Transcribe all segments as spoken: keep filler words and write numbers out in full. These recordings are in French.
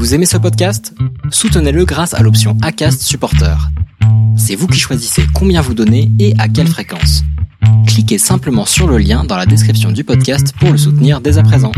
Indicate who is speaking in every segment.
Speaker 1: Vous aimez ce podcast ? Soutenez-le grâce à l'option Acast Supporter. C'est vous qui choisissez combien vous donnez et à quelle fréquence. Cliquez simplement sur le lien dans la description du podcast pour le soutenir dès à présent.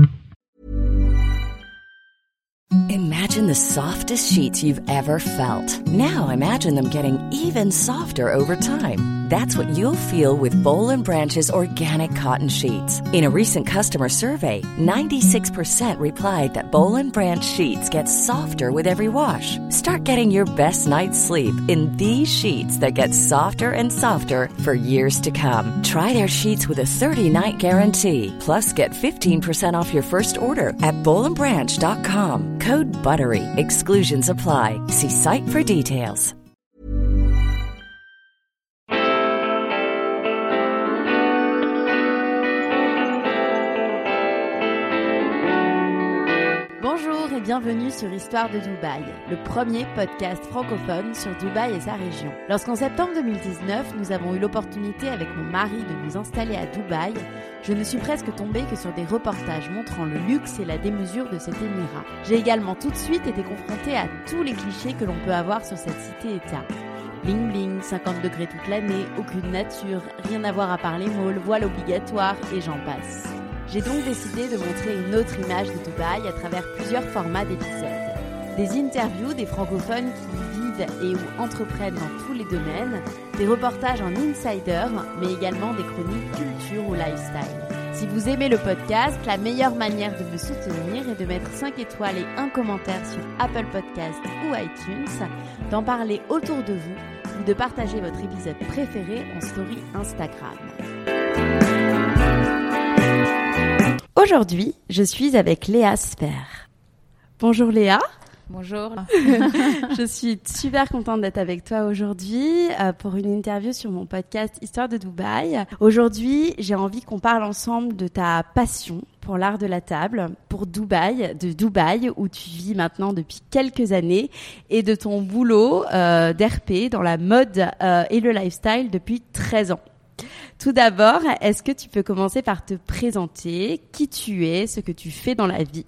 Speaker 2: Imagine the softest sheets you've ever felt. Now imagine them getting even softer over time. That's what you'll feel with Boll and Branch's organic cotton sheets. In a recent customer survey, ninety-six percent replied that Boll and Branch sheets get softer with every wash. Start getting your best night's sleep in these sheets that get softer and softer for years to come. Try their sheets with a thirty-night guarantee. Plus, get fifteen percent off your first order at boll and branch dot com. Code BUTTERY. Exclusions apply. See site for details.
Speaker 3: Bonjour et bienvenue sur Histoire de Dubaï, le premier podcast francophone sur Dubaï et sa région. Lorsqu'en septembre deux mille dix-neuf, nous avons eu l'opportunité avec mon mari de nous installer à Dubaï, je ne suis presque tombée que sur des reportages montrant le luxe et la démesure de cet émirat. J'ai également tout de suite été confrontée à tous les clichés que l'on peut avoir sur cette cité-État. Bling bling, cinquante degrés toute l'année, aucune nature, rien à voir à part les malls, voile obligatoire et j'en passe. J'ai donc décidé de montrer une autre image de Dubaï à travers plusieurs formats d'épisodes. Des interviews des francophones qui vivent et ou entreprennent dans tous les domaines, des reportages en insider, mais également des chroniques culture ou lifestyle. Si vous aimez le podcast, la meilleure manière de me soutenir est de mettre cinq étoiles et un commentaire sur Apple Podcasts ou iTunes, d'en parler autour de vous ou de partager votre épisode préféré en story Instagram. Aujourd'hui, je suis avec Léa Sper. Bonjour Léa.
Speaker 4: Bonjour.
Speaker 3: Je suis super contente d'être avec toi aujourd'hui euh, pour une interview sur mon podcast Histoire de Dubaï. Aujourd'hui, j'ai envie qu'on parle ensemble de ta passion pour l'art de la table, pour Dubaï, de Dubaï où tu vis maintenant depuis quelques années et de ton boulot euh, d'R P dans la mode euh, et le lifestyle depuis treize ans. Tout d'abord, est-ce que tu peux commencer par te présenter, qui tu es, ce que tu fais dans la vie ?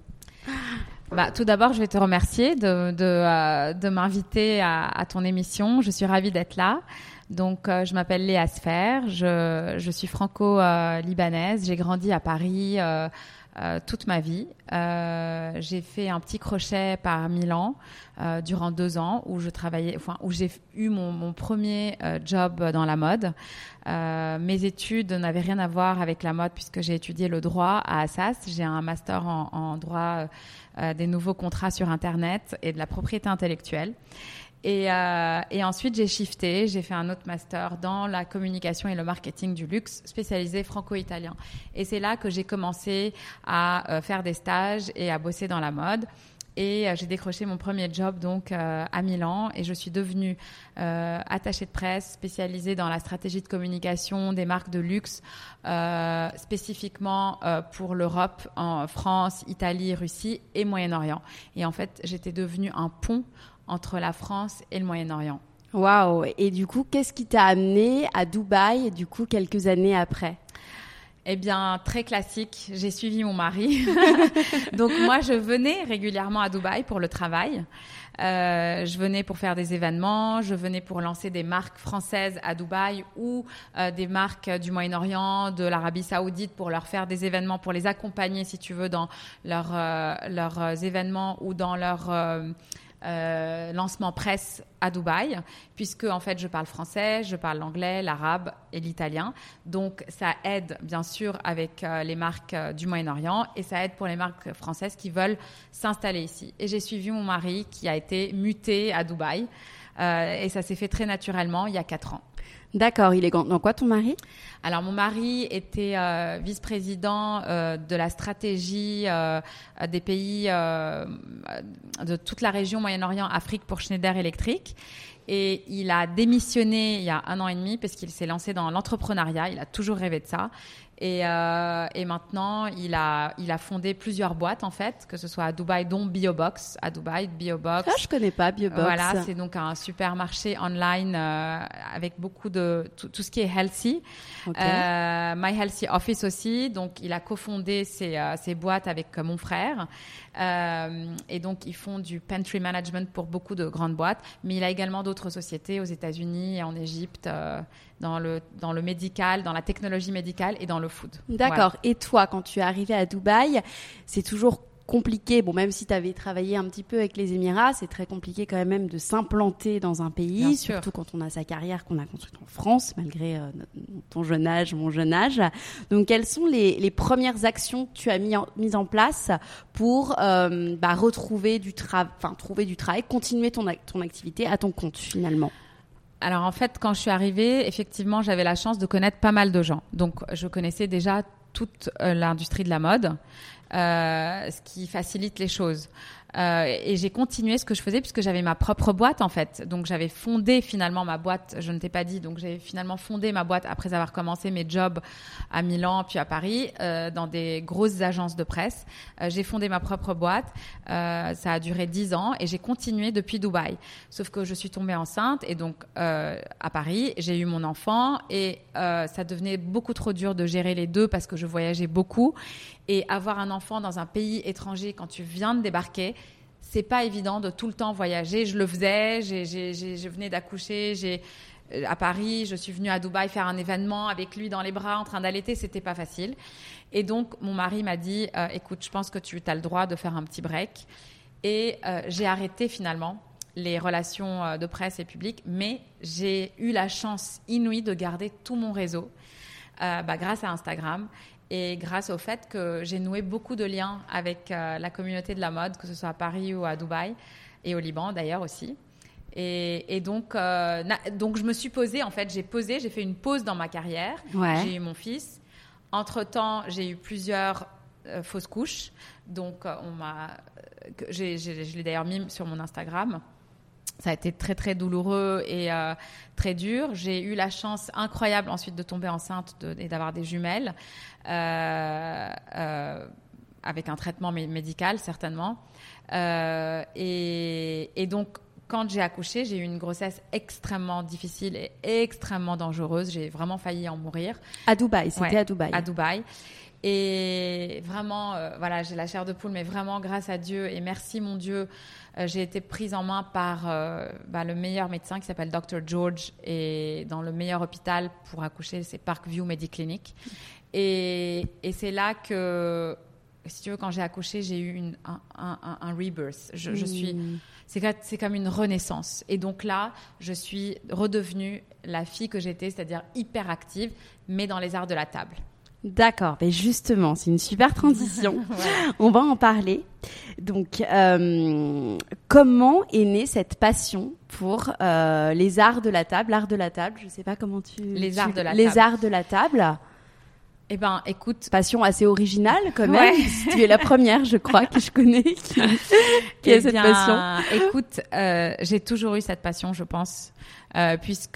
Speaker 4: Bah, tout d'abord, je vais te remercier de, de, euh, de m'inviter à, à ton émission. Je suis ravie d'être là. Donc, euh, je m'appelle Léa Sfer, je, je suis franco-libanaise. J'ai grandi à Paris euh, euh, toute ma vie. Euh, j'ai fait un petit crochet par Milan euh, durant deux ans où je travaillais, enfin où j'ai eu mon, mon premier euh, job dans la mode. Euh, mes études n'avaient rien à voir avec la mode puisque j'ai étudié le droit à Assas. J'ai un master en, en droit euh, des nouveaux contrats sur Internet et de la propriété intellectuelle. Et, euh, et ensuite, j'ai shifté. J'ai fait un autre master dans la communication et le marketing du luxe, spécialisé franco-italien. Et c'est là que j'ai commencé à euh, faire des stages et à bosser dans la mode. Et euh, j'ai décroché mon premier job donc euh, à Milan et je suis devenue euh, attachée de presse spécialisée dans la stratégie de communication des marques de luxe, euh, spécifiquement euh, pour l'Europe, en France, Italie, Russie et Moyen-Orient. Et en fait, j'étais devenue un pont entre la France et le Moyen-Orient.
Speaker 3: Waouh. Et du coup, qu'est-ce qui t'a amené à Dubaï, du coup, quelques années après ?
Speaker 4: Eh bien, très classique, j'ai suivi mon mari. Donc moi, je venais régulièrement à Dubaï pour le travail. Euh, je venais pour faire des événements, je venais pour lancer des marques françaises à Dubaï ou euh, des marques du Moyen-Orient, de l'Arabie Saoudite pour leur faire des événements, pour les accompagner, si tu veux, dans leur, euh, leurs événements ou dans leur... Euh, Euh, lancement presse à Dubaï, puisque en fait je parle français, je parle l'anglais, l'arabe et l'italien. Donc ça aide bien sûr avec euh, les marques euh, du Moyen-Orient et ça aide pour les marques françaises qui veulent s'installer ici. Et j'ai suivi mon mari qui a été muté à Dubaï euh, et ça s'est fait très naturellement il y a quatre ans.
Speaker 3: D'accord, il est dans quoi ton mari ?
Speaker 4: Alors mon mari était euh, vice-président euh, de la stratégie euh, des pays euh, de toute la région Moyen-Orient, Afrique pour Schneider Electric. Et il a démissionné il y a un an et demi parce qu'il s'est lancé dans l'entrepreneuriat. Il a toujours rêvé de ça. Et, euh, et maintenant, il a, il a fondé plusieurs boîtes, en fait, que ce soit à Dubaï, dont Biobox, à Dubaï, Biobox.
Speaker 3: Ah, je connais pas Biobox.
Speaker 4: Voilà, c'est donc un supermarché online euh, avec beaucoup de tout, tout ce qui est healthy. Okay. Euh, My Healthy Office aussi. Donc, il a cofondé ces, euh, ces boîtes avec euh, mon frère. Euh, et donc, ils font du pantry management pour beaucoup de grandes boîtes. Mais il a également d'autres sociétés aux États-Unis et en Égypte, euh, dans le, dans le médical, dans la technologie médicale et dans le food.
Speaker 3: D'accord.
Speaker 4: Voilà.
Speaker 3: Et toi, quand tu es arrivée à Dubaï, c'est toujours compliqué. Bon, même si tu avais travaillé un petit peu avec les Émirats, c'est très compliqué quand même de s'implanter dans un pays,
Speaker 4: Bien
Speaker 3: surtout
Speaker 4: sûr.
Speaker 3: quand on a sa carrière qu'on a construite en France, malgré euh, ton jeune âge, mon jeune âge. Donc, quelles sont les, les premières actions que tu as mis en, mises en place pour euh, bah, retrouver du travail, enfin trouver du travail, continuer ton, ton activité à ton compte finalement?
Speaker 4: Alors en fait, quand je suis arrivée, effectivement, j'avais la chance de connaître pas mal de gens. Donc, je connaissais déjà toute euh, l'industrie de la mode, euh, ce qui facilite les choses. Euh, et j'ai continué ce que je faisais puisque j'avais ma propre boîte en fait. Donc j'avais fondé finalement ma boîte, je ne t'ai pas dit, donc j'ai finalement fondé ma boîte après avoir commencé mes jobs à Milan puis à Paris euh, dans des grosses agences de presse. Euh, j'ai fondé ma propre boîte, euh, ça a duré dix ans et j'ai continué depuis Dubaï. Sauf que je suis tombée enceinte et donc euh, à Paris, j'ai eu mon enfant et euh, ça devenait beaucoup trop dur de gérer les deux parce que je voyageais beaucoup. Et avoir un enfant dans un pays étranger quand tu viens de débarquer, c'est pas évident de tout le temps voyager. Je le faisais, j'ai, j'ai, j'ai, je venais d'accoucher, j'ai, à Paris, je suis venue à Dubaï faire un événement avec lui dans les bras en train d'allaiter, c'était pas facile. Et donc, mon mari m'a dit, euh, écoute, je pense que tu as le droit de faire un petit break. Et euh, j'ai arrêté finalement les relations de presse et publiques, mais j'ai eu la chance inouïe de garder tout mon réseau euh, bah, grâce à Instagram. Et grâce au fait que j'ai noué beaucoup de liens avec euh, la communauté de la mode, que ce soit à Paris ou à Dubaï, et au Liban d'ailleurs aussi. Et, et donc, euh, na, donc, je me suis posée, en fait, j'ai posé, j'ai fait une pause dans ma carrière.
Speaker 3: Ouais.
Speaker 4: J'ai eu mon fils. Entre-temps, j'ai eu plusieurs euh, fausses couches. Donc, euh, on m'a, euh, j'ai, j'ai, je l'ai d'ailleurs mis sur mon Instagram. Ça a été très, très douloureux et euh, très dur. J'ai eu la chance incroyable ensuite de tomber enceinte de, et d'avoir des jumelles euh, euh, avec un traitement mé- médical, certainement. Euh, et, et donc, quand j'ai accouché, j'ai eu une grossesse extrêmement difficile et extrêmement dangereuse. J'ai vraiment failli en mourir.
Speaker 3: À Dubaï, c'était
Speaker 4: Ouais,
Speaker 3: à Dubaï.
Speaker 4: À Dubaï. Et vraiment, euh, voilà, j'ai la chair de poule, mais vraiment, grâce à Dieu et merci mon Dieu, euh, j'ai été prise en main par euh, bah, le meilleur médecin qui s'appelle docteur George et dans le meilleur hôpital pour accoucher, c'est Parkview Mediclinic. Et, et c'est là que, si tu veux, quand j'ai accouché, j'ai eu une, un, un, un, un rebirth. Je, mmh. je suis, c'est, c'est comme une renaissance. Et donc là, je suis redevenue la fille que j'étais, c'est-à-dire hyper active, mais dans les arts de la table.
Speaker 3: D'accord, mais justement, c'est une super transition.
Speaker 4: Voilà.
Speaker 3: On va en parler. Donc, euh, comment est née cette passion pour euh, les arts de la table, l'art de la table? Je ne sais pas comment tu...
Speaker 4: Les
Speaker 3: tu,
Speaker 4: arts de la
Speaker 3: les
Speaker 4: table.
Speaker 3: Les arts de la table.
Speaker 4: Eh ben, écoute,
Speaker 3: passion assez originale quand même.
Speaker 4: Ouais.
Speaker 3: Tu es la première, je crois, que je connais qui, qui
Speaker 4: eh
Speaker 3: a cette
Speaker 4: bien,
Speaker 3: passion.
Speaker 4: Écoute, euh, j'ai toujours eu cette passion, je pense. Euh, puisque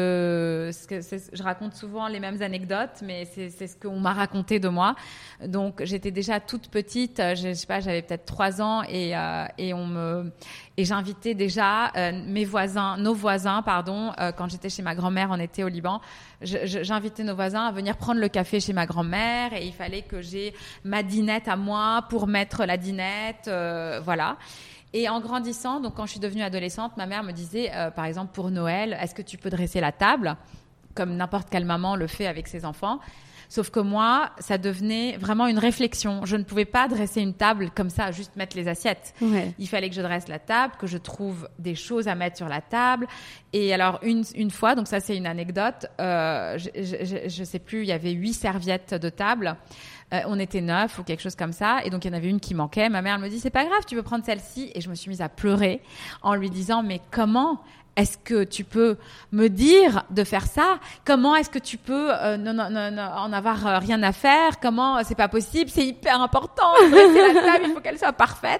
Speaker 4: c'est, c'est, je raconte souvent les mêmes anecdotes, mais c'est, c'est ce qu'on m'a raconté de moi. Donc, j'étais déjà toute petite, je, je sais pas, j'avais peut-être trois ans et, euh, et on me et j'invitais déjà euh, mes voisins, nos voisins, pardon, euh, quand j'étais chez ma grand-mère en été au Liban, je, je, j'invitais nos voisins à venir prendre le café chez ma grand-mère et il fallait que j'ai ma dinette à moi pour mettre la dinette, euh, voilà. Et en grandissant, donc quand je suis devenue adolescente, ma mère me disait, euh, par exemple, pour Noël, est-ce que tu peux dresser la table, comme n'importe quelle maman le fait avec ses enfants. Sauf que moi, ça devenait vraiment une réflexion. Je ne pouvais pas dresser une table comme ça, juste mettre les assiettes.
Speaker 3: Ouais.
Speaker 4: Il fallait que je dresse la table, que je trouve des choses à mettre sur la table. Et alors, une, une fois, donc ça c'est une anecdote, euh, je ne sais plus, il y avait huit serviettes de table. Euh, on était neuf ou quelque chose comme ça, et donc il y en avait une qui manquait. Ma mère me dit, c'est pas grave, tu peux prendre celle-ci. Et je me suis mise à pleurer en lui disant, mais comment est-ce que tu peux me dire de faire ça? Comment est-ce que tu peux euh, non, non, non, non, en avoir euh, rien à faire? Comment? C'est pas possible, c'est hyper important. Dresser la table, il faut qu'elle soit parfaite.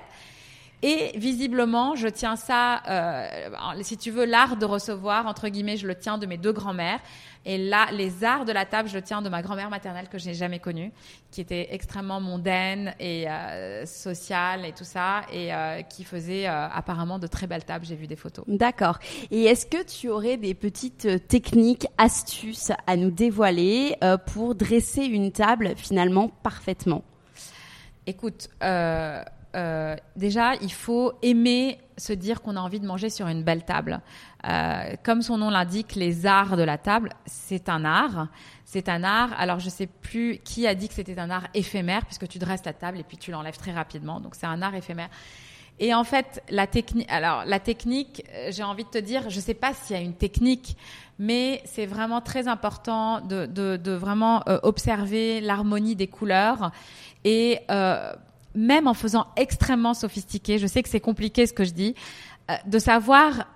Speaker 4: Et visiblement, je tiens ça, euh, si tu veux, l'art de recevoir, entre guillemets, je le tiens de mes deux grands-mères. Et là, les arts de la table, je le tiens de ma grand-mère maternelle que je n'ai jamais connue, qui était extrêmement mondaine et euh, sociale et tout ça, et euh, qui faisait euh, apparemment de très belles tables. J'ai vu des photos.
Speaker 3: D'accord. Et est-ce que tu aurais des petites techniques, astuces à nous dévoiler euh, pour dresser une table finalement parfaitement?
Speaker 4: Écoute, euh, euh, déjà, il faut aimer se dire qu'on a envie de manger sur une belle table. Euh, comme son nom l'indique, les arts de la table, c'est un art. C'est un art. Alors, je ne sais plus qui a dit que c'était un art éphémère, puisque tu dresses la table et puis tu l'enlèves très rapidement. Donc, c'est un art éphémère. Et en fait, la technique, alors, la technique, j'ai envie de te dire, je ne sais pas s'il y a une technique, mais c'est vraiment très important de, de, de vraiment euh, observer l'harmonie des couleurs. Et euh, même en faisant extrêmement sophistiqué, je sais que c'est compliqué ce que je dis, euh, de savoir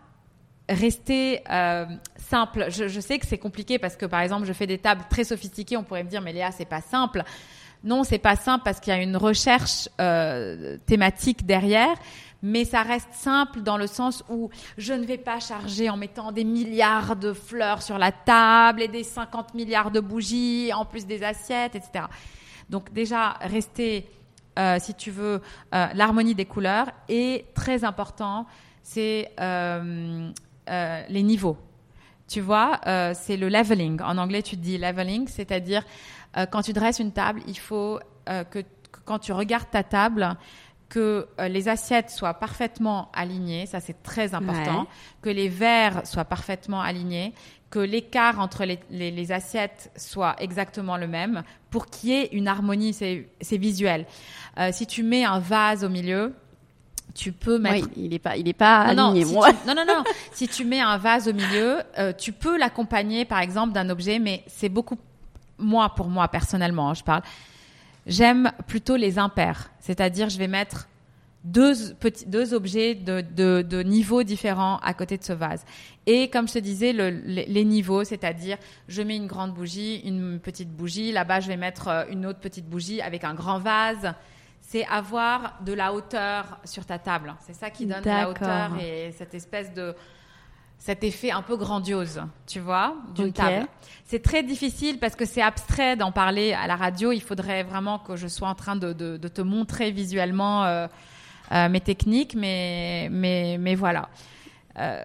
Speaker 4: rester euh, simple. Je, je sais que c'est compliqué parce que, par exemple, je fais des tables très sophistiquées. On pourrait me dire, mais Léa, c'est pas simple. Non, c'est pas simple parce qu'il y a une recherche euh, thématique derrière. Mais ça reste simple dans le sens où je ne vais pas charger en mettant des milliards de fleurs sur la table et des cinquante milliards de bougies, en plus des assiettes, et cetera. Donc déjà, rester, euh, si tu veux, euh, l'harmonie des couleurs. Et très important, c'est euh, euh, les niveaux. Tu vois, euh, c'est le leveling. En anglais, tu dis leveling, c'est-à-dire euh, quand tu dresses une table, il faut euh, que, que quand tu regardes ta table, que euh, les assiettes soient parfaitement alignées, ça c'est très important, ouais. Que les verres soient parfaitement alignés, que l'écart entre les, les, les assiettes soit exactement le même pour qu'il y ait une harmonie, c'est, c'est visuel. Euh, si tu mets un vase au milieu, tu peux mettre...
Speaker 3: Oui, il n'est pas, il est pas
Speaker 4: non,
Speaker 3: aligné.
Speaker 4: Non, si
Speaker 3: moi.
Speaker 4: tu... non, non, non. Si tu mets un vase au milieu, euh, tu peux l'accompagner par exemple d'un objet, mais c'est beaucoup... Moi, pour moi, personnellement, hein, je parle... J'aime plutôt les impairs, c'est-à-dire je vais mettre deux, petits, deux objets de, de, de niveaux différents à côté de ce vase. Et comme je te disais, le, les, les niveaux, c'est-à-dire je mets une grande bougie, une petite bougie, là-bas je vais mettre une autre petite bougie avec un grand vase. C'est avoir de la hauteur sur ta table. C'est ça qui donne D'accord. de la hauteur et cette espèce de... cet effet un peu grandiose, tu vois, d'une okay. table. C'est très difficile parce que c'est abstrait d'en parler à la radio. Il faudrait vraiment que je sois en train de, de, de te montrer visuellement euh, euh, mes techniques, mais, mais, mais voilà. Euh,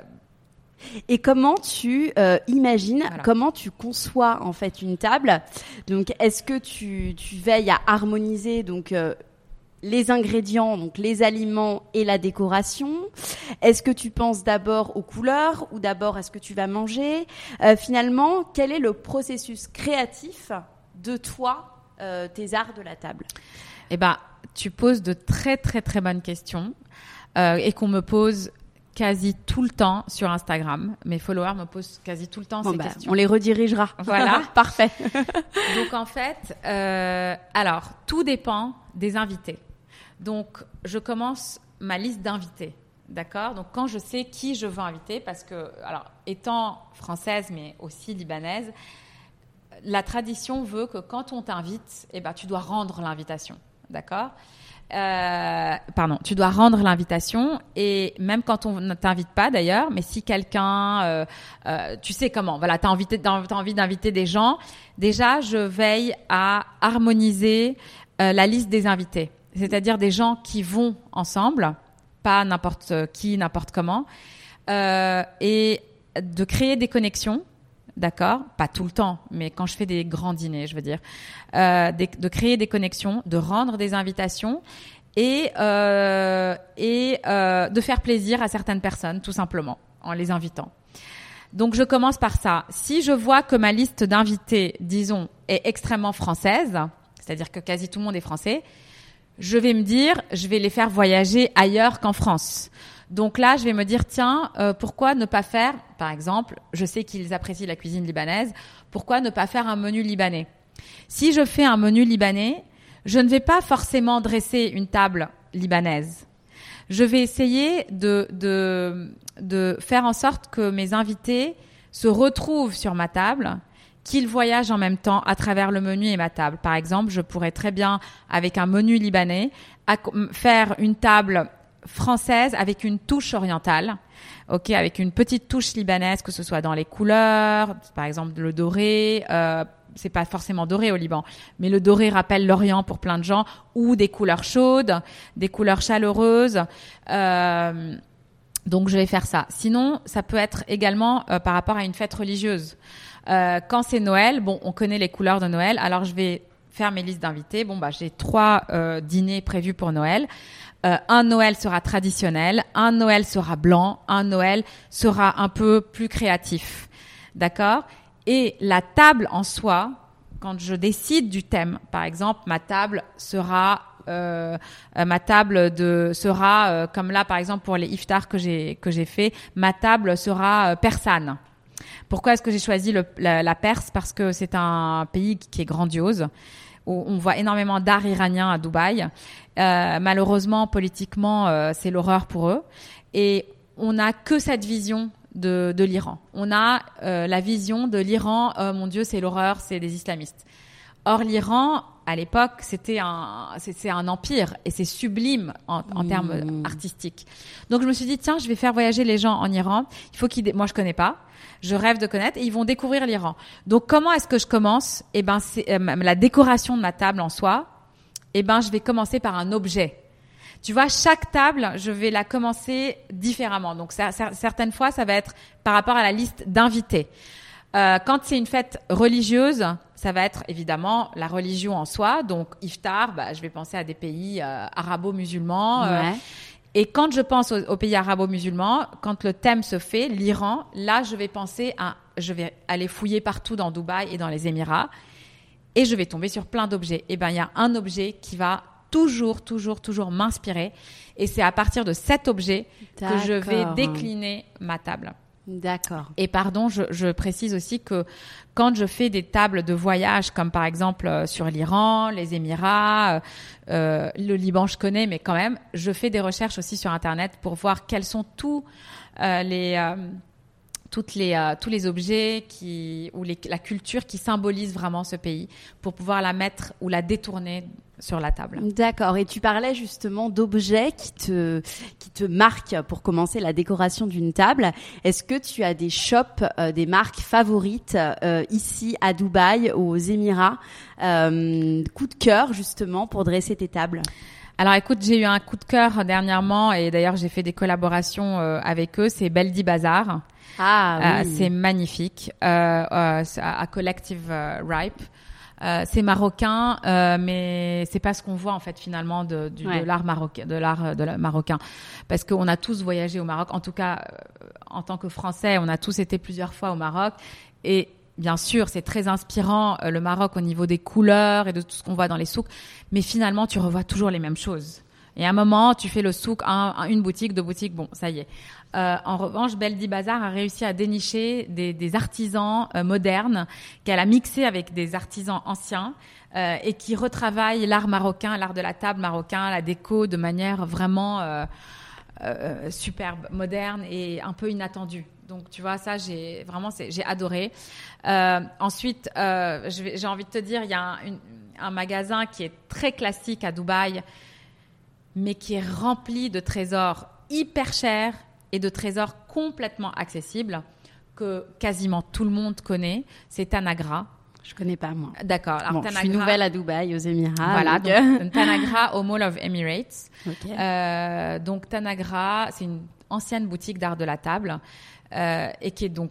Speaker 3: Et comment tu euh, imagines, voilà. comment tu conçois en fait une table ? Donc, est-ce que tu, tu veilles à harmoniser donc euh, les ingrédients, donc les aliments et la décoration? Est-ce que tu penses d'abord aux couleurs ou d'abord est-ce que tu vas manger ? euh, Finalement, quel est le processus créatif de toi, euh, tes arts de la table ?
Speaker 4: Eh ben, tu poses de très très très bonnes questions euh, et qu'on me pose quasi tout le temps sur Instagram. Mes followers me posent quasi tout le temps bon ces bah, questions.
Speaker 3: On les redirigera.
Speaker 4: Voilà,
Speaker 3: parfait.
Speaker 4: Donc en fait, euh, alors tout dépend des invités. Donc, je commence ma liste d'invités, d'accord ? Donc, quand je sais qui je veux inviter, parce que, alors, étant française, mais aussi libanaise, la tradition veut que quand on t'invite, eh ben, tu dois rendre l'invitation, d'accord ? Euh, pardon, tu dois rendre l'invitation et même quand on ne t'invite pas d'ailleurs, mais si quelqu'un, euh, euh, tu sais comment, voilà, t'as envie, t'as envie d'inviter des gens, déjà, je veille à harmoniser euh, la liste des invités. C'est-à-dire des gens qui vont ensemble, pas n'importe qui, n'importe comment, euh, et de créer des connexions, d'accord ? Pas tout le temps, mais quand je fais des grands dîners, je veux dire, euh, de, de créer des connexions, de rendre des invitations et, euh, et euh, de faire plaisir à certaines personnes, tout simplement, en les invitant. Donc, je commence par ça. Si je vois que ma liste d'invités, disons, est extrêmement française, c'est-à-dire que quasi tout le monde est français, je vais me dire, je vais les faire voyager ailleurs qu'en France. Donc là, je vais me dire, tiens, euh, pourquoi ne pas faire, par exemple, je sais qu'ils apprécient la cuisine libanaise, pourquoi ne pas faire un menu libanais ? Si je fais un menu libanais, je ne vais pas forcément dresser une table libanaise. Je vais essayer de, de, de faire en sorte que mes invités se retrouvent sur ma table, qu'ils voyagent en même temps à travers le menu et ma table. Par exemple, je pourrais très bien, avec un menu libanais, faire une table française avec une touche orientale, ok, avec une petite touche libanaise, que ce soit dans les couleurs, par exemple le doré, euh, c'est pas forcément doré au Liban, mais le doré rappelle l'Orient pour plein de gens, ou des couleurs chaudes, des couleurs chaleureuses. Euh, donc je vais faire ça. Sinon, ça peut être également euh, par rapport à une fête religieuse. Euh, quand c'est Noël, bon, on connaît les couleurs de Noël, alors je vais faire mes listes d'invités. Bon, bah, j'ai trois euh, dîners prévus pour Noël. Euh, un Noël sera traditionnel, un Noël sera blanc, un Noël sera un peu plus créatif. D'accord ? Et la table en soi, quand je décide du thème, par exemple, ma table sera euh, ma table de sera euh, comme là par exemple pour les iftars que j'ai que j'ai fait, ma table sera euh, persane. Pourquoi est-ce que j'ai choisi le, la, la Perse ? Parce que c'est un pays qui est grandiose, où on voit énormément d'art iranien à Dubaï. Euh, malheureusement, politiquement, euh, c'est l'horreur pour eux. Et on n'a que cette vision de, de l'Iran. On a euh, la vision de l'Iran, oh, mon Dieu, c'est l'horreur, c'est des islamistes. Or, l'Iran, à l'époque, c'était un, c'est, c'est un empire et c'est sublime en, en mmh. termes artistiques. Donc, je me suis dit, tiens, je vais faire voyager les gens en Iran. Il faut qu'ils, dé... moi, je connais pas. Je rêve de connaître et ils vont découvrir l'Iran. Donc, comment est-ce que je commence ? Eh ben, c'est euh, la décoration de ma table en soi. Eh ben, je vais commencer par un objet. Tu vois, chaque table, je vais la commencer différemment. Donc, ça, ça, certaines fois, ça va être par rapport à la liste d'invités. Euh, quand c'est une fête religieuse, ça va être évidemment la religion en soi. Donc, iftar, bah, je vais penser à des pays euh, arabo-musulmans. Euh,
Speaker 3: ouais.
Speaker 4: Et quand je pense aux, aux pays arabo-musulmans, quand le thème se fait, l'Iran, là, je vais penser à, je vais aller fouiller partout dans Dubaï et dans les Émirats, et je vais tomber sur plein d'objets. Et ben, il y a un objet qui va toujours, toujours, toujours m'inspirer, et c'est à partir de cet objet D'accord. que je vais décliner ma table.
Speaker 3: D'accord.
Speaker 4: Et pardon, je, je précise aussi que quand je fais des tables de voyage, comme par exemple euh, sur l'Iran, les Émirats, euh, le Liban, je connais, mais quand même, je fais des recherches aussi sur Internet pour voir quels sont tous euh, les euh, toutes les euh, tous les objets qui ou les, la culture qui symbolise vraiment ce pays pour pouvoir la mettre ou la détourner sur la table.
Speaker 3: D'accord. Et tu parlais justement d'objets qui te qui te marquent pour commencer la décoration d'une table. Est-ce que tu as des shops, euh, des marques favorites euh, ici à Dubaï, aux Émirats, euh, coup de cœur justement pour dresser tes tables?
Speaker 4: Alors écoute, j'ai eu un coup de cœur dernièrement et d'ailleurs j'ai fait des collaborations euh, avec eux. C'est Beldi Bazar.
Speaker 3: Ah oui.
Speaker 4: Euh, c'est magnifique. Euh, euh, à Collective euh, Ripe. Euh, c'est marocain, euh, mais c'est pas ce qu'on voit en fait finalement de, du, ouais. de l'art marocain, de l'art de la marocain, parce qu'on a tous voyagé au Maroc. En tout cas, euh, en tant que Français, on a tous été plusieurs fois au Maroc, et bien sûr, c'est très inspirant euh, le Maroc au niveau des couleurs et de tout ce qu'on voit dans les souks, mais finalement, tu revois toujours les mêmes choses. Et à un moment, tu fais le souk, un, un, une boutique, deux boutiques, bon, ça y est. Euh, en revanche, Beldi Bazar a réussi à dénicher des, des artisans euh, modernes qu'elle a mixés avec des artisans anciens euh, et qui retravaillent l'art marocain, l'art de la table marocain, la déco de manière vraiment euh, euh, superbe, moderne et un peu inattendue. Donc, tu vois, ça, j'ai vraiment, c'est, j'ai adoré. Euh, ensuite, euh, je vais, j'ai envie de te dire, il y a un, une, un magasin qui est très classique à Dubaï, mais qui est rempli de trésors hyper chers et de trésors complètement accessibles que quasiment tout le monde connaît. C'est Tanagra.
Speaker 3: Je connais pas, moi.
Speaker 4: D'accord. Alors,
Speaker 3: bon,
Speaker 4: Tanagra,
Speaker 3: je suis nouvelle à Dubaï, aux Émirats.
Speaker 4: Voilà,
Speaker 3: donc,
Speaker 4: donc Tanagra au Mall of Emirates.
Speaker 3: Okay.
Speaker 4: Euh, donc Tanagra, c'est une ancienne boutique d'art de la table. Euh, et qui est donc,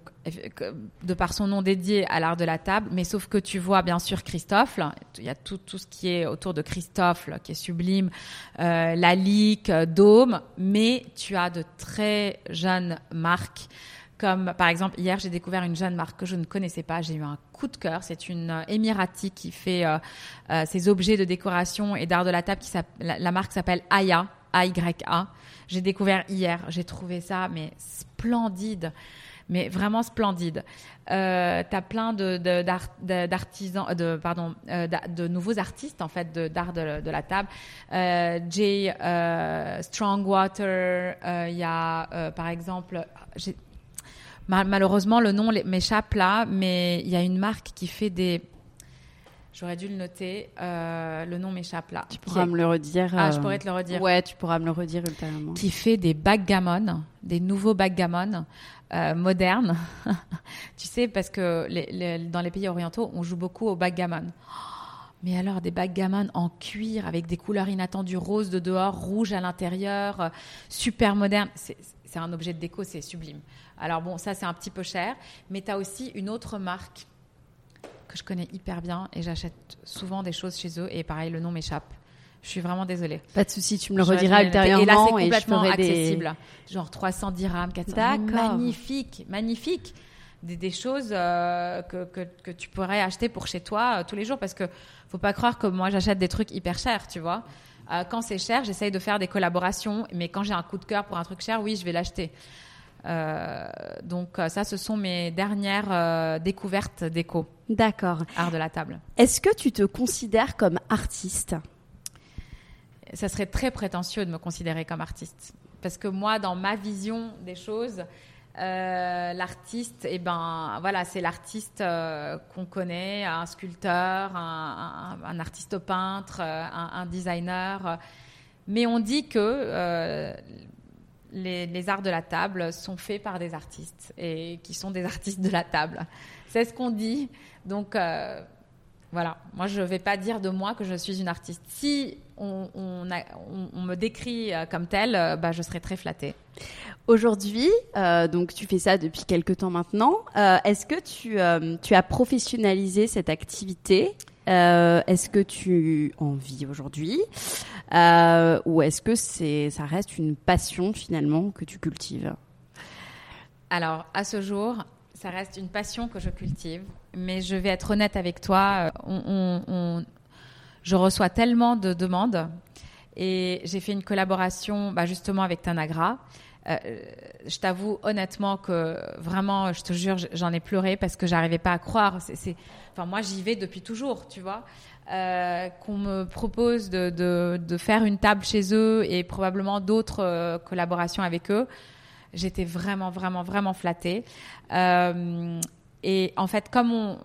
Speaker 4: de par son nom, dédié à l'art de la table, mais sauf que tu vois bien sûr Christophe, il y a tout, tout ce qui est autour de Christophe, qui est sublime, euh, Lalique, Dôme, mais tu as de très jeunes marques, comme par exemple, hier j'ai découvert une jeune marque que je ne connaissais pas, j'ai eu un coup de cœur, c'est une euh, Émirati qui fait euh, euh, ses objets de décoration et d'art de la table, qui la, la marque s'appelle Aya, A Y A. J'ai découvert hier, j'ai trouvé ça mais splendide, mais vraiment splendide. Euh, t'as plein de, de d'art, de, d'artisans, de pardon, euh, de nouveaux artistes en fait de, d'art de, de la table. Euh, Jay euh, Strongwater, il euh, y a euh, par exemple, j'ai, mal, malheureusement le nom m'échappe là, mais il y a une marque qui fait des J'aurais dû le noter. Euh, le nom m'échappe là.
Speaker 3: Tu pourras me le redire.
Speaker 4: Ah,
Speaker 3: euh...
Speaker 4: je pourrais te le redire.
Speaker 3: Ouais, tu pourras me le redire ultérieurement.
Speaker 4: Qui fait des backgammon, des nouveaux backgammon euh, modernes. Tu sais, parce que les, les, dans les pays orientaux, on joue beaucoup au backgammon. Mais alors, des backgammon en cuir avec des couleurs inattendues, rose de dehors, rouge à l'intérieur, euh, super moderne. C'est, c'est un objet de déco, c'est sublime. Alors bon, ça, c'est un petit peu cher. Mais tu as aussi une autre marque que je connais hyper bien et j'achète souvent des choses chez eux et pareil, le nom m'échappe. Je suis vraiment désolée.
Speaker 3: Pas de souci, tu me le
Speaker 4: Je
Speaker 3: rediras ultérieurement.
Speaker 4: Et là, c'est
Speaker 3: et
Speaker 4: complètement
Speaker 3: je ferai
Speaker 4: accessible.
Speaker 3: Des...
Speaker 4: Genre trois cents dirhams, quatre cents.
Speaker 3: D'accord.
Speaker 4: Magnifique, magnifique. Des, des choses euh, que, que, que tu pourrais acheter pour chez toi euh, tous les jours. Parce que faut pas croire que moi, j'achète des trucs hyper chers, tu vois. Euh, quand c'est cher, j'essaye de faire des collaborations. Mais quand j'ai un coup de cœur pour un truc cher, oui, je vais l'acheter. Euh, donc euh, ça, ce sont mes dernières euh, découvertes déco.
Speaker 3: D'accord.
Speaker 4: Art de la table.
Speaker 3: Est-ce que tu te considères comme artiste ?
Speaker 4: Ça serait très prétentieux de me considérer comme artiste. Parce que moi, dans ma vision des choses, euh, l'artiste, eh ben, voilà, c'est l'artiste euh, qu'on connaît, un sculpteur, un, un, un artiste peintre, un, un designer. Mais on dit que euh, les, les arts de la table sont faits par des artistes et qui sont des artistes de la table. C'est ce qu'on dit. Donc... Euh, Voilà, moi je ne vais pas dire de moi que je suis une artiste. Si on, on, a, on, on me décrit comme telle, bah, je serai très flattée.
Speaker 3: Aujourd'hui, euh, donc tu fais ça depuis quelques temps maintenant, euh, est-ce que tu, euh, tu as professionnalisé cette activité ? euh, Est-ce que tu en vis aujourd'hui ? euh, Ou est-ce que c'est, ça reste une passion finalement que tu cultives ?
Speaker 4: Alors, à ce jour... ça reste une passion que je cultive, mais je vais être honnête avec toi, on, on, on, je reçois tellement de demandes et j'ai fait une collaboration bah, justement avec Tanagra. Euh, je t'avoue honnêtement que vraiment, je te jure, j'en ai pleuré parce que j'arrivais pas à croire. C'est, c'est... Enfin, moi, j'y vais depuis toujours, tu vois. Euh, qu'on me propose de, de, de faire une table chez eux et probablement d'autres euh, collaborations avec eux. J'étais vraiment, vraiment, vraiment flattée. Euh, et en fait, comme, on,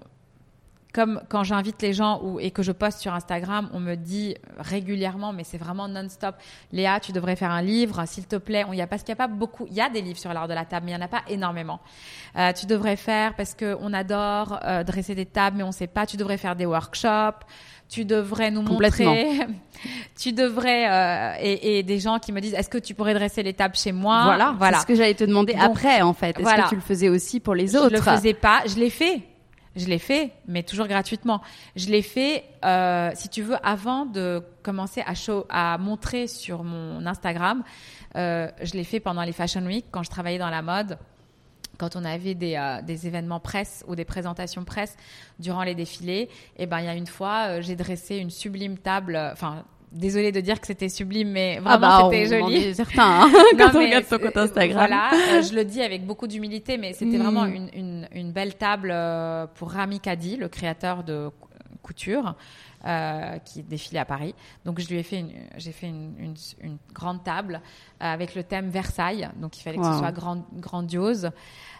Speaker 4: comme quand j'invite les gens ou, et que je poste sur Instagram, on me dit régulièrement, mais c'est vraiment non-stop, Léa, tu devrais faire un livre, s'il te plaît. Il y a, parce qu'il n'y a pas beaucoup, il y a des livres sur l'art de la table, mais il n'y en a pas énormément. Euh, tu devrais faire, parce qu'on adore euh, dresser des tables, mais on ne sait pas, tu devrais faire des workshops. Tu devrais nous montrer, tu devrais, euh, et, et des gens qui me disent, est-ce que tu pourrais dresser les tables chez moi ?
Speaker 3: Voilà, voilà. C'est ce que j'allais te demander donc, après, en fait. Est-ce voilà. que tu le faisais aussi pour les autres ?
Speaker 4: Je le faisais pas, je l'ai fait. Je l'ai fait, mais toujours gratuitement. Je l'ai fait, euh, si tu veux, avant de commencer à, show, à montrer sur mon Instagram. Euh, je l'ai fait pendant les Fashion Week, quand je travaillais dans la mode. Quand on avait des, euh, des événements presse ou des présentations presse durant les défilés, et ben il y a une fois, euh, j'ai dressé une sublime table. Enfin, désolée de dire que c'était sublime, mais vraiment
Speaker 3: ah bah,
Speaker 4: c'était
Speaker 3: on,
Speaker 4: joli.
Speaker 3: On est certain hein, quand non, on regarde ton compte Instagram.
Speaker 4: Voilà, euh, je le dis avec beaucoup d'humilité, mais c'était mmh. vraiment une, une, une belle table euh, pour Rami Kadi, le créateur de couture. Euh, qui défilait à Paris. Donc, je lui ai fait une, j'ai fait une, une, une grande table euh, avec le thème Versailles. Donc, il fallait wow. que ce soit grand, grandiose.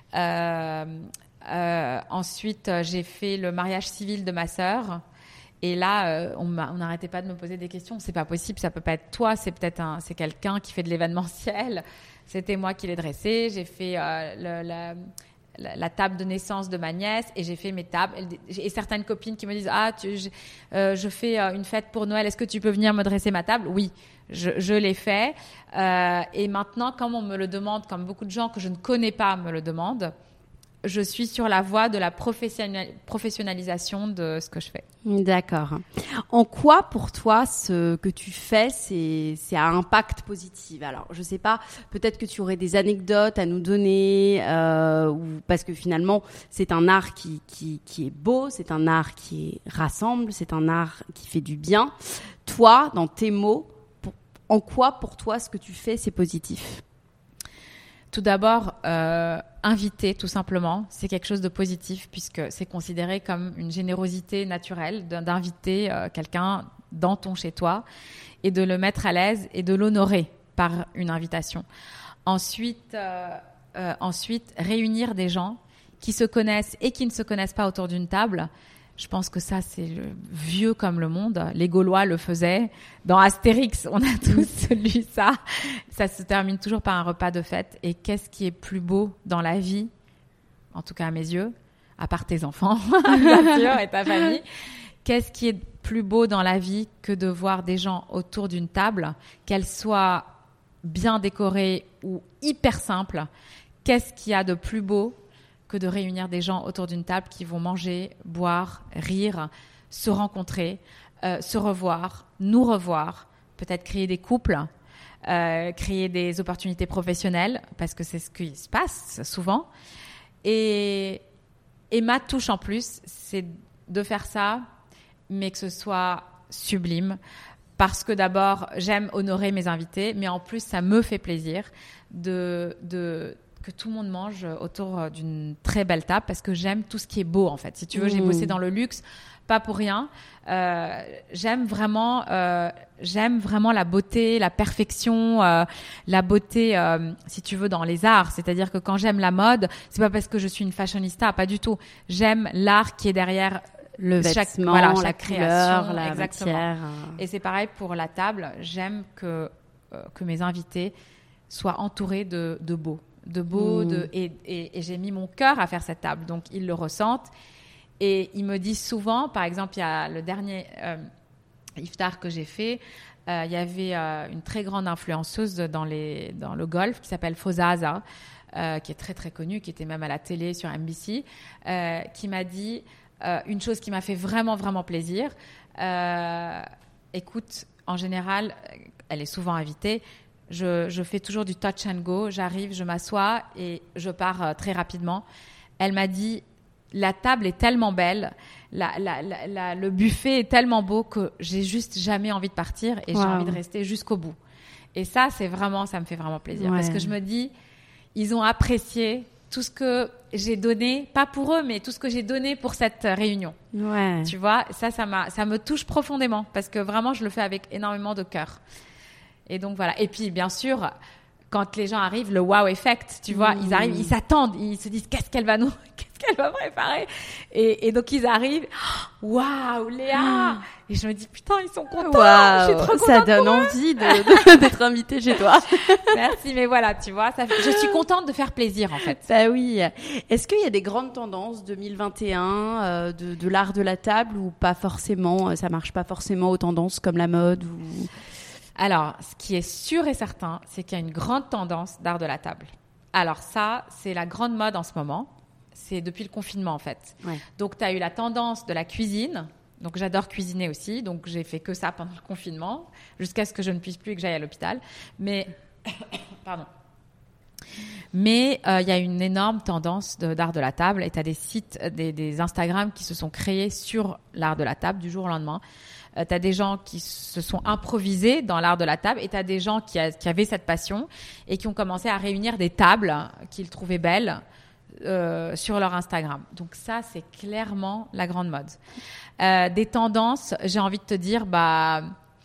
Speaker 4: Euh, euh, ensuite, j'ai fait le mariage civil de ma sœur. Et là, euh, on n'arrêtait pas de me poser des questions. C'est pas possible, ça peut pas être toi. C'est peut-être un, c'est quelqu'un qui fait de l'événementiel. C'était moi qui l'ai dressé. J'ai fait euh, le, la la table de naissance de ma nièce et j'ai fait mes tables et certaines copines qui me disent ah tu, je, euh, je fais une fête pour Noël, est-ce que tu peux venir me dresser ma table ? Oui, je, je l'ai fait euh, et maintenant comme on me le demande, comme beaucoup de gens que je ne connais pas me le demandent, je suis sur la voie de la professionnal- professionnalisation de ce que je fais.
Speaker 3: D'accord. En quoi, pour toi, ce que tu fais, c'est, c'est à impact positif ? Alors, je sais pas, peut-être que tu aurais des anecdotes à nous donner, euh, ou, parce que finalement, c'est un art qui, qui, qui est beau, c'est un art qui rassemble, c'est un art qui fait du bien. Toi, dans tes mots, pour, en quoi, pour toi, ce que tu fais, c'est positif ?
Speaker 4: Tout d'abord, euh, inviter, tout simplement, c'est quelque chose de positif puisque c'est considéré comme une générosité naturelle d'inviter euh, quelqu'un dans ton chez-toi et de le mettre à l'aise et de l'honorer par une invitation. Ensuite, euh, euh, ensuite, réunir des gens qui se connaissent et qui ne se connaissent pas autour d'une table. Je pense que ça, c'est le vieux comme le monde. Les Gaulois le faisaient. Dans Astérix, on a tous lu ça. Ça se termine toujours par un repas de fête. Et qu'est-ce qui est plus beau dans la vie, en tout cas à mes yeux, à part tes enfants, bien sûr, et ta famille, qu'est-ce qui est plus beau dans la vie que de voir des gens autour d'une table, qu'elle soit bien décorée ou hyper simple ? Qu'est-ce qu'il y a de plus beau que de réunir des gens autour d'une table qui vont manger, boire, rire, se rencontrer, euh, se revoir, nous revoir, peut-être créer des couples, euh, créer des opportunités professionnelles, parce que c'est ce qui se passe souvent. Et, et ma touche en plus, c'est de faire ça, mais que ce soit sublime. Parce que d'abord, j'aime honorer mes invités, mais en plus, ça me fait plaisir de, de, que tout le monde mange autour d'une très belle table, parce que j'aime tout ce qui est beau, en fait. Si tu veux, mmh. j'ai bossé dans le luxe, pas pour rien. Euh, j'aime vraiment, euh, j'aime vraiment la beauté, la perfection, euh, la beauté, euh, si tu veux, dans les arts. C'est-à-dire que quand j'aime la mode, c'est pas parce que je suis une fashionista, pas du tout. J'aime l'art qui est derrière
Speaker 3: le
Speaker 4: chaque,
Speaker 3: vêtement,
Speaker 4: voilà,
Speaker 3: la
Speaker 4: chaque
Speaker 3: couleur,
Speaker 4: création,
Speaker 3: la
Speaker 4: exactement.
Speaker 3: matière.
Speaker 4: Et c'est pareil pour la table. J'aime que euh, que mes invités soient entourés de de beau, de beau, mmh. de et, et, et j'ai mis mon cœur à faire cette table, donc ils le ressentent. Et ils me disent souvent, par exemple, il y a le dernier euh, iftar que j'ai fait, euh, il y avait euh, une très grande influenceuse dans les dans le golf qui s'appelle Fozaza, euh, qui est très très connue, qui était même à la télé sur M B C, euh, qui m'a dit Euh, une chose qui m'a fait vraiment, vraiment plaisir. Euh, écoute, en général, elle est souvent invitée. Je, je fais toujours du touch and go. J'arrive, je m'assois et je pars euh, très rapidement. Elle m'a dit, la table est tellement belle, la, la, la, la, le buffet est tellement beau que j'ai juste jamais envie de partir et wow. j'ai envie de rester jusqu'au bout. Et ça, c'est vraiment, ça me fait vraiment plaisir. Ouais. Parce que je me dis, ils ont apprécié tout ce que j'ai donné, pas pour eux, mais tout ce que j'ai donné pour cette réunion.
Speaker 3: Ouais.
Speaker 4: Tu vois, ça, ça m'a, ça me touche profondément parce que vraiment, je le fais avec énormément de cœur. Et donc voilà. Et puis, bien sûr, quand les gens arrivent, le wow effect, tu vois, mmh. ils arrivent, ils s'attendent, ils se disent qu'est-ce qu'elle va nous, qu'est-ce qu'elle va préparer. Et, et donc ils arrivent, waouh, Léa. Mmh. Et je me dis putain, ils sont contents.
Speaker 3: Wow,
Speaker 4: je suis trop contente.
Speaker 3: Ça donne envie de, de, d'être invitée chez toi.
Speaker 4: Merci, mais voilà, tu vois, ça, je suis contente de faire plaisir en fait.
Speaker 3: Bah oui. Est-ce qu'il y a des grandes tendances deux mille vingt et un euh, de, de l'art de la table ou pas forcément, ça marche pas forcément aux tendances comme la mode ou...
Speaker 4: Alors, ce qui est sûr et certain, c'est qu'il y a une grande tendance d'art de la table. Alors ça, c'est la grande mode en ce moment. C'est depuis le confinement, en fait. Ouais. Donc, tu as eu la tendance de la cuisine. Donc, j'adore cuisiner aussi. Donc, j'ai fait que ça pendant le confinement, jusqu'à ce que je ne puisse plus et que j'aille à l'hôpital. Mais, pardon. Mais il euh, y a une énorme tendance de, d'art de la table. Et tu as des sites, des, des Instagram qui se sont créés sur l'art de la table du jour au lendemain. Euh, tu as des gens qui se sont improvisés dans l'art de la table et tu as des gens qui, a, qui avaient cette passion et qui ont commencé à réunir des tables qu'ils trouvaient belles euh, sur leur Instagram. Donc ça, c'est clairement la grande mode. Euh, des tendances, j'ai envie de te dire, bah,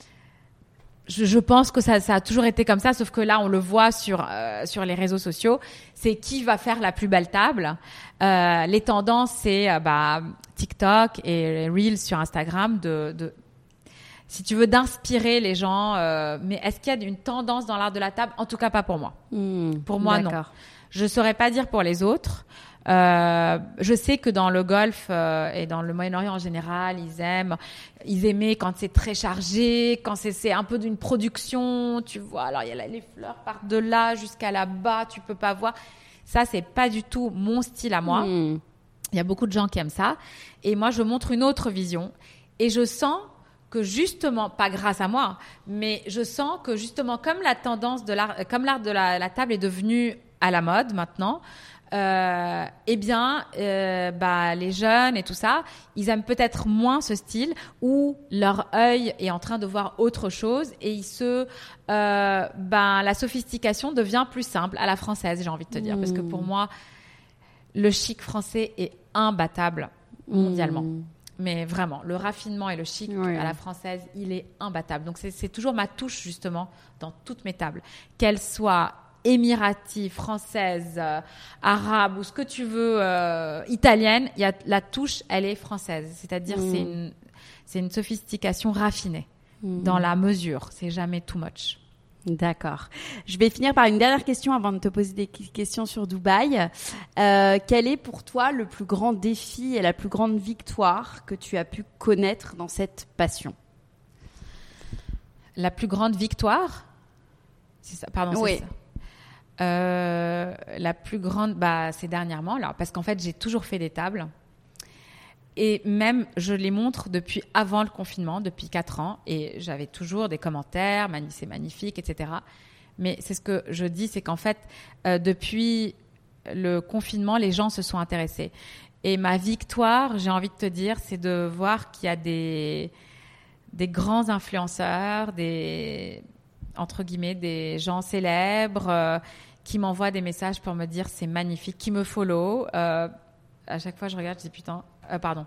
Speaker 4: je, je pense que ça, ça a toujours été comme ça, sauf que là, on le voit sur, euh, sur les réseaux sociaux. C'est qui va faire la plus belle table. Euh, les tendances, c'est euh, bah, TikTok et Reels sur Instagram de... de si tu veux, d'inspirer les gens. Euh, mais est-ce qu'il y a une tendance dans l'art de la table ? En tout cas, pas pour moi. Mmh, pour moi, d'accord. non. Je ne saurais pas dire pour les autres. Euh, je sais que dans le golf euh, et dans le Moyen-Orient en général, ils aiment, ils aimaient quand c'est très chargé, quand c'est, c'est un peu d'une production, tu vois. Alors, il y a là, les fleurs partent de là jusqu'à là-bas, tu peux pas voir. Ça, c'est pas du tout mon style à moi. Mmh. Il y a beaucoup de gens qui aiment ça. Et moi, je montre une autre vision. Et je sens que justement, pas grâce à moi, mais je sens que justement, comme la tendance de l'art, comme l'art de la, la table est devenu à la mode maintenant, euh, eh bien, euh, bah, les jeunes et tout ça, ils aiment peut-être moins ce style où leur œil est en train de voir autre chose et ils se, euh, ben, la sophistication devient plus simple à la française, j'ai envie de te dire, mmh. parce que pour moi, le chic français est imbattable mondialement. Mmh. Mais vraiment, le raffinement et le chic oui. à la française, il est imbattable. Donc, c'est, c'est toujours ma touche, justement, dans toutes mes tables. Qu'elles soient émiraties, françaises, euh, arabes ou ce que tu veux, euh, italiennes, y a, la touche, elle est française. C'est-à-dire, mmh. c'est, une, c'est une sophistication raffinée mmh. dans la mesure. C'est jamais too much.
Speaker 3: D'accord. Je vais finir par une dernière question avant de te poser des questions sur Dubaï. Euh, quel est pour toi le plus grand défi et la plus grande victoire que tu as pu connaître dans cette passion ?
Speaker 4: La plus grande victoire ? C'est ça, pardon,
Speaker 3: oui.
Speaker 4: c'est ça. Euh, la plus grande, bah, c'est dernièrement, alors, parce qu'en fait, j'ai toujours fait des tables. Et même, je les montre depuis avant le confinement, depuis quatre ans. Et j'avais toujours des commentaires, c'est magnifique, et cetera. Mais c'est ce que je dis, c'est qu'en fait, euh, depuis le confinement, les gens se sont intéressés. Et ma victoire, j'ai envie de te dire, c'est de voir qu'il y a des, des grands influenceurs, des, entre guillemets, des gens célèbres euh, qui m'envoient des messages pour me dire c'est magnifique, qui me follow. Euh, à chaque fois, je regarde, je dis putain, euh, pardon.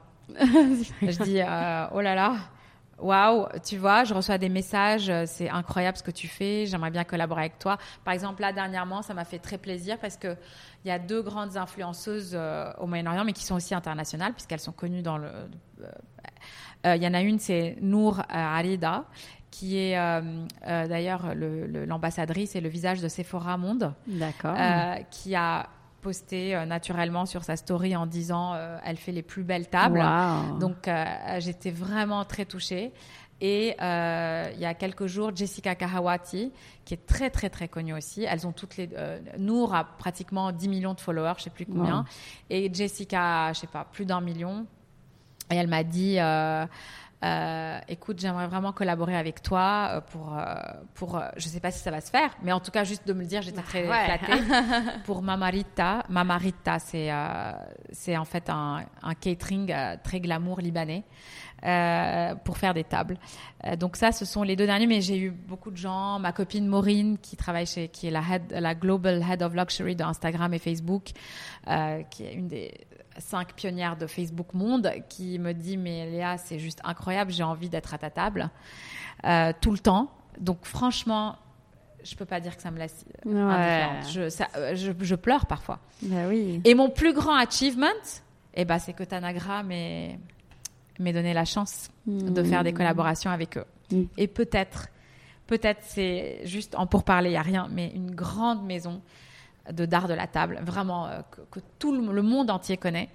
Speaker 4: Je dis euh, oh là là, waouh, tu vois, je reçois des messages, c'est incroyable ce que tu fais, j'aimerais bien collaborer avec toi. Par exemple, là, dernièrement, ça m'a fait très plaisir parce qu'il y a deux grandes influenceuses euh, au Moyen-Orient, mais qui sont aussi internationales, puisqu'elles sont connues dans le... Il euh, euh, y en a une, c'est Nour Arida, qui est euh, euh, d'ailleurs le, le, l'ambassadrice et le visage de Sephora Monde.
Speaker 3: D'accord.
Speaker 4: Euh, qui a posté euh, naturellement sur sa story en disant euh, elle fait les plus belles tables.
Speaker 3: Wow.
Speaker 4: Donc euh, j'étais vraiment très touchée. Et euh, il y a quelques jours, Jessica Kahawati, qui est très très très connue aussi. Elles ont toutes les euh, Nour a pratiquement dix millions de followers, je sais plus combien, wow. Et Jessica, je sais pas, plus d'un million. Et elle m'a dit euh, Euh, écoute, j'aimerais vraiment collaborer avec toi euh, pour, euh, pour euh, je sais pas si ça va se faire, mais en tout cas, juste de me le dire, j'étais très
Speaker 3: ouais.
Speaker 4: flattée. Pour Mamarita, Mamarita, c'est, euh, c'est en fait un, un catering euh, très glamour libanais euh, pour faire des tables. Euh, donc ça, ce sont les deux derniers, mais j'ai eu beaucoup de gens. Ma copine Maureen, qui travaille chez, qui est la, head, la Global Head of Luxury de Instagram et Facebook, euh, qui est une des cinq pionnières de Facebook Monde, qui me dit mais Léa, c'est juste incroyable, j'ai envie d'être à ta table euh, tout le temps. Donc franchement, je peux pas dire que ça me laisse
Speaker 3: ouais.
Speaker 4: indifférente. Je, ça, je, je pleure parfois.
Speaker 3: Bah oui.
Speaker 4: Et mon plus grand achievement, eh ben, c'est que Tanagra m'ait, m'ait donné la chance mmh. de faire des collaborations avec eux. Mmh. Et peut-être, peut-être c'est juste en pourparler, il y a rien, mais une grande maison de d'art de la table, vraiment euh, que, que tout le, le monde entier connaît.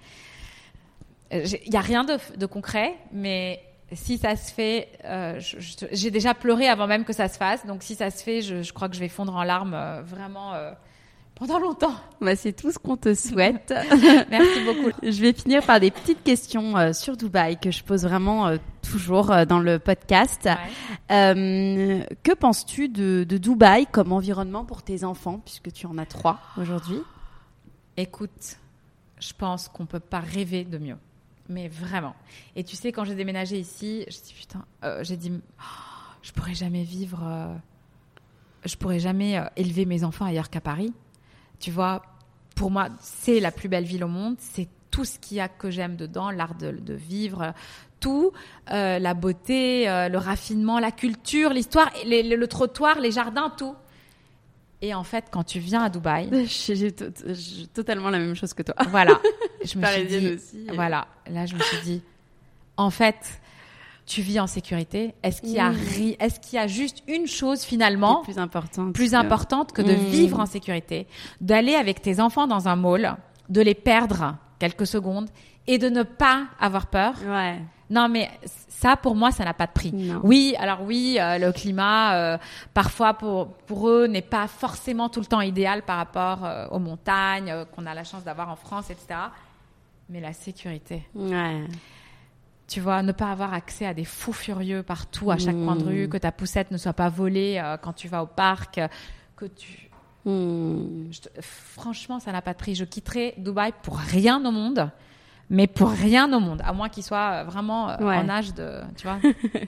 Speaker 4: Il n'y a rien de, de concret, mais si ça se fait, euh, je, je, j'ai déjà pleuré avant même que ça se fasse, donc si ça se fait, je, je crois que je vais fondre en larmes euh, vraiment euh, pendant longtemps.
Speaker 3: Bah, c'est tout ce qu'on te souhaite.
Speaker 4: Merci beaucoup.
Speaker 3: Je vais finir par des petites questions euh, sur Dubaï que je pose vraiment euh, toujours euh, dans le podcast. Ouais. Euh, que penses-tu de, de Dubaï comme environnement pour tes enfants, puisque tu en as trois aujourd'hui?
Speaker 4: Écoute, je pense qu'on ne peut pas rêver de mieux. Mais vraiment. Et tu sais, quand j'ai déménagé ici, je dis putain, euh, j'ai dit, oh, je ne pourrais jamais vivre, euh, je ne pourrais jamais euh, élever mes enfants ailleurs qu'à Paris. Tu vois, pour moi, c'est la plus belle ville au monde. C'est tout ce qu'il y a que j'aime dedans, l'art de, de vivre, tout, euh, la beauté, euh, le raffinement, la culture, l'histoire, les, le, le trottoir, les jardins, tout. Et en fait, quand tu viens à Dubaï,
Speaker 3: j'ai, j'ai, to- j'ai totalement la même chose que toi.
Speaker 4: Voilà, je me suis dit,
Speaker 3: aussi, et...
Speaker 4: voilà, là je me suis dit, en fait, tu vis en sécurité. Est-ce qu'il y a, ri- est-ce qu'il y a juste une chose finalement
Speaker 3: plus importante,
Speaker 4: plus
Speaker 3: que...
Speaker 4: importante que de mmh. vivre en sécurité, d'aller avec tes enfants dans un mall, de les perdre quelques secondes et de ne pas avoir peur.
Speaker 3: Ouais.
Speaker 4: Non, mais ça, pour moi, ça n'a pas de prix.
Speaker 3: Non.
Speaker 4: Oui, alors oui, euh, le climat, euh, parfois, pour, pour eux, n'est pas forcément tout le temps idéal par rapport euh, aux montagnes euh, qu'on a la chance d'avoir en France, et cetera. Mais la sécurité.
Speaker 3: Ouais.
Speaker 4: Tu vois, ne pas avoir accès à des fous furieux partout, à chaque mmh. coin de rue, que ta poussette ne soit pas volée euh, quand tu vas au parc, euh, que tu... Mmh. Je te... Franchement, ça n'a pas de prix. Je quitterai Dubaï pour rien au monde. Mais pour rien au monde, à moins qu'il soit vraiment euh, ouais. en âge de, tu vois.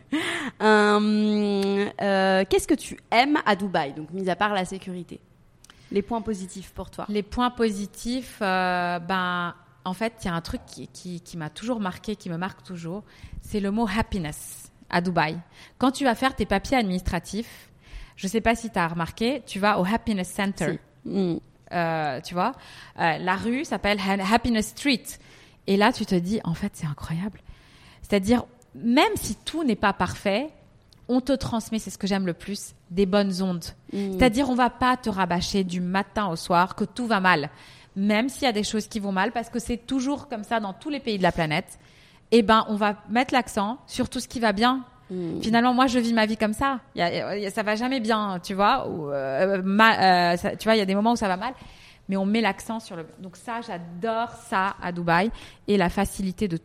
Speaker 3: euh, euh, qu'est-ce que tu aimes à Dubaï, donc mis à part la sécurité? Les points positifs pour toi?
Speaker 4: Les points positifs, euh, ben, en fait, il y a un truc qui, qui, qui m'a toujours marqué, qui me marque toujours, c'est le mot happiness à Dubaï. Quand tu vas faire tes papiers administratifs, je ne sais pas si tu as remarqué, tu vas au Happiness Center. Si. Mm. Euh, tu vois, euh, la rue s'appelle Happiness Street. Et là, tu te dis, en fait, c'est incroyable. C'est-à-dire, même si tout n'est pas parfait, on te transmet, c'est ce que j'aime le plus, des bonnes ondes. Mmh. C'est-à-dire, on ne va pas te rabâcher du matin au soir que tout va mal. Même s'il y a des choses qui vont mal, parce que c'est toujours comme ça dans tous les pays de la planète, eh ben, on va mettre l'accent sur tout ce qui va bien. Mmh. Finalement, moi, je vis ma vie comme ça. Y a, y a, ça ne va jamais bien, tu vois. Ou, euh, mal, euh, ça, tu vois, il y a des moments où ça va mal. Mais on met l'accent sur le... Donc ça, j'adore ça à Dubaï et la facilité de tout.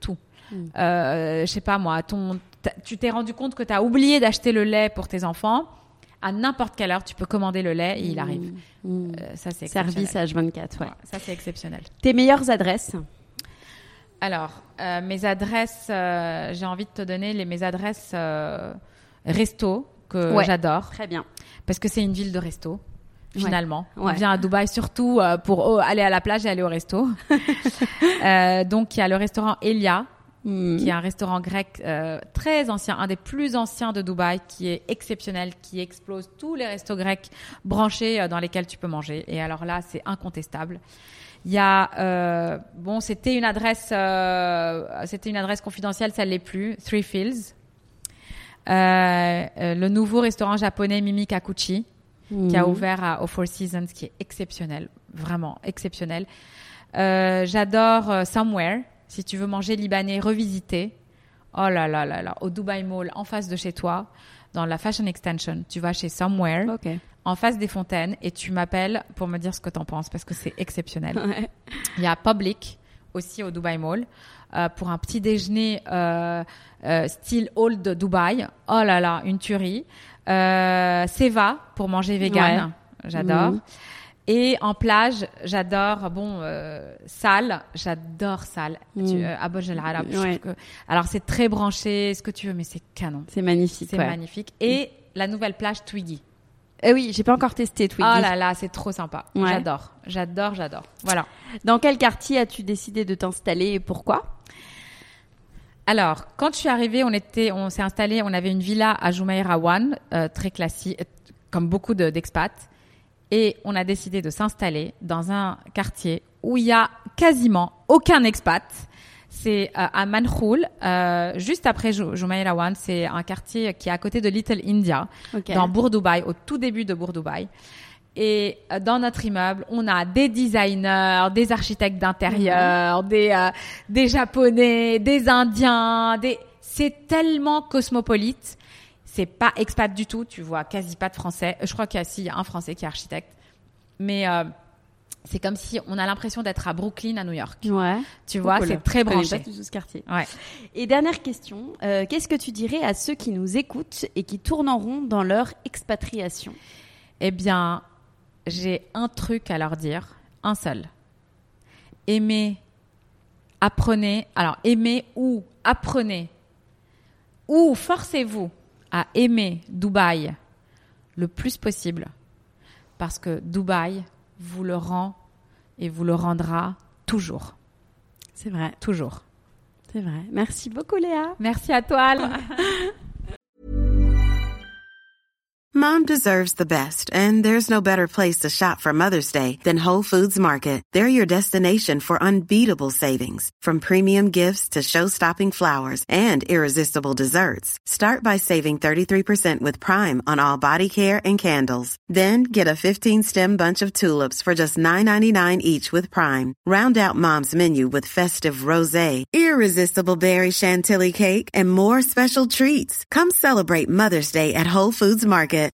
Speaker 4: mmh. euh, je sais pas moi, ton, tu t'es rendu compte que tu as oublié d'acheter le lait pour tes enfants, à n'importe quelle heure, tu peux commander le lait et il arrive.
Speaker 3: Mmh.
Speaker 4: Euh, ça, c'est exceptionnel.
Speaker 3: Service H vingt-quatre, ouais.
Speaker 4: ouais. Ça, c'est exceptionnel.
Speaker 3: Tes meilleures adresses?
Speaker 4: Alors, euh, mes adresses, euh, j'ai envie de te donner les, mes adresses euh, resto que
Speaker 3: ouais.
Speaker 4: j'adore.
Speaker 3: Très bien.
Speaker 4: Parce que c'est une ville de resto, finalement.
Speaker 3: Ouais. Ouais.
Speaker 4: On vient à Dubaï surtout euh, pour oh, aller à la plage et aller au resto. euh, donc, il y a le restaurant Elia, mmh. qui est un restaurant grec euh, très ancien, un des plus anciens de Dubaï, qui est exceptionnel, qui explose tous les restos grecs branchés euh, dans lesquels tu peux manger. Et alors là, c'est incontestable. Il y a euh, bon, c'était une adresse, euh, c'était une adresse confidentielle, ça l'est plus. Three Fields, euh, euh, le nouveau restaurant japonais Mimi Kakuchi, mmh. qui a ouvert à, au Four Seasons, qui est exceptionnel, vraiment exceptionnel. Euh, j'adore euh, Somewhere, si tu veux manger libanais revisité. Oh là là là là, au Dubai Mall, en face de chez toi, dans la Fashion Extension, tu vas chez Somewhere.
Speaker 3: Okay.
Speaker 4: En face des fontaines, et tu m'appelles pour me dire ce que t'en penses parce que c'est exceptionnel.
Speaker 3: Ouais.
Speaker 4: Il y a Public aussi au Dubai Mall euh, pour un petit déjeuner euh, euh, style old Dubaï. Oh là là, une tuerie. Euh, Seva pour manger vegan, ouais. j'adore. Mmh. Et en plage, j'adore, bon, euh, Salle, j'adore Salle, mmh. euh, à Burj Al Arab.
Speaker 3: Ouais.
Speaker 4: Que, alors c'est très branché, ce que tu veux, mais c'est canon.
Speaker 3: C'est magnifique.
Speaker 4: C'est
Speaker 3: ouais.
Speaker 4: magnifique. Et mmh. la nouvelle plage Twiggy.
Speaker 3: Eh oui, j'ai pas encore testé Twiggy.
Speaker 4: Oh là là, c'est trop sympa.
Speaker 3: Ouais.
Speaker 4: J'adore, j'adore, j'adore. Voilà.
Speaker 3: Dans quel quartier as-tu décidé de t'installer et pourquoi?
Speaker 4: Alors, quand je suis arrivée, on était, on s'est installé, on avait une villa à Jumeirah One, euh, très classique, comme beaucoup de, d'expats, et on a décidé de s'installer dans un quartier où il y a quasiment aucun expat. C'est euh, à Manhoul, euh, juste après Jumeirah One. C'est un quartier qui est à côté de Little India, okay. dans Bourg Dubaï, au tout début de Bourg Dubaï. Et euh, dans notre immeuble, on a des designers, des architectes d'intérieur, mmh. des euh, des Japonais, des Indiens. Des... C'est tellement cosmopolite. C'est pas expat du tout. Tu vois quasi pas de Français. Je crois qu'il y a si un Français qui est architecte, mais euh, c'est comme si on a l'impression d'être à Brooklyn, à New York.
Speaker 3: Ouais.
Speaker 4: Tu vois, cool. C'est très branché.
Speaker 3: Je connais pas tout ce quartier.
Speaker 4: Ouais.
Speaker 3: Et dernière question, euh, qu'est-ce que tu dirais à ceux qui nous écoutent et qui tournent en rond dans leur expatriation?
Speaker 4: Eh bien, j'ai un truc à leur dire, un seul. Aimez, apprenez, alors aimez ou apprenez ou forcez-vous à aimer Dubaï le plus possible parce que Dubaï vous le rend et vous le rendra toujours.
Speaker 3: C'est vrai.
Speaker 4: Toujours.
Speaker 3: C'est vrai. Merci beaucoup, Léa.
Speaker 4: Merci à toi.
Speaker 5: Mom deserves the best, and there's no better place to shop for Mother's Day than Whole Foods Market. They're your destination for unbeatable savings, from premium gifts to show-stopping flowers and irresistible desserts. Start by saving thirty-three percent with Prime on all body care and candles. Then get a fifteen-stem bunch of tulips for just nine ninety-nine each with Prime. Round out Mom's menu with festive rosé, irresistible berry chantilly cake, and more special treats. Come celebrate Mother's Day at Whole Foods Market.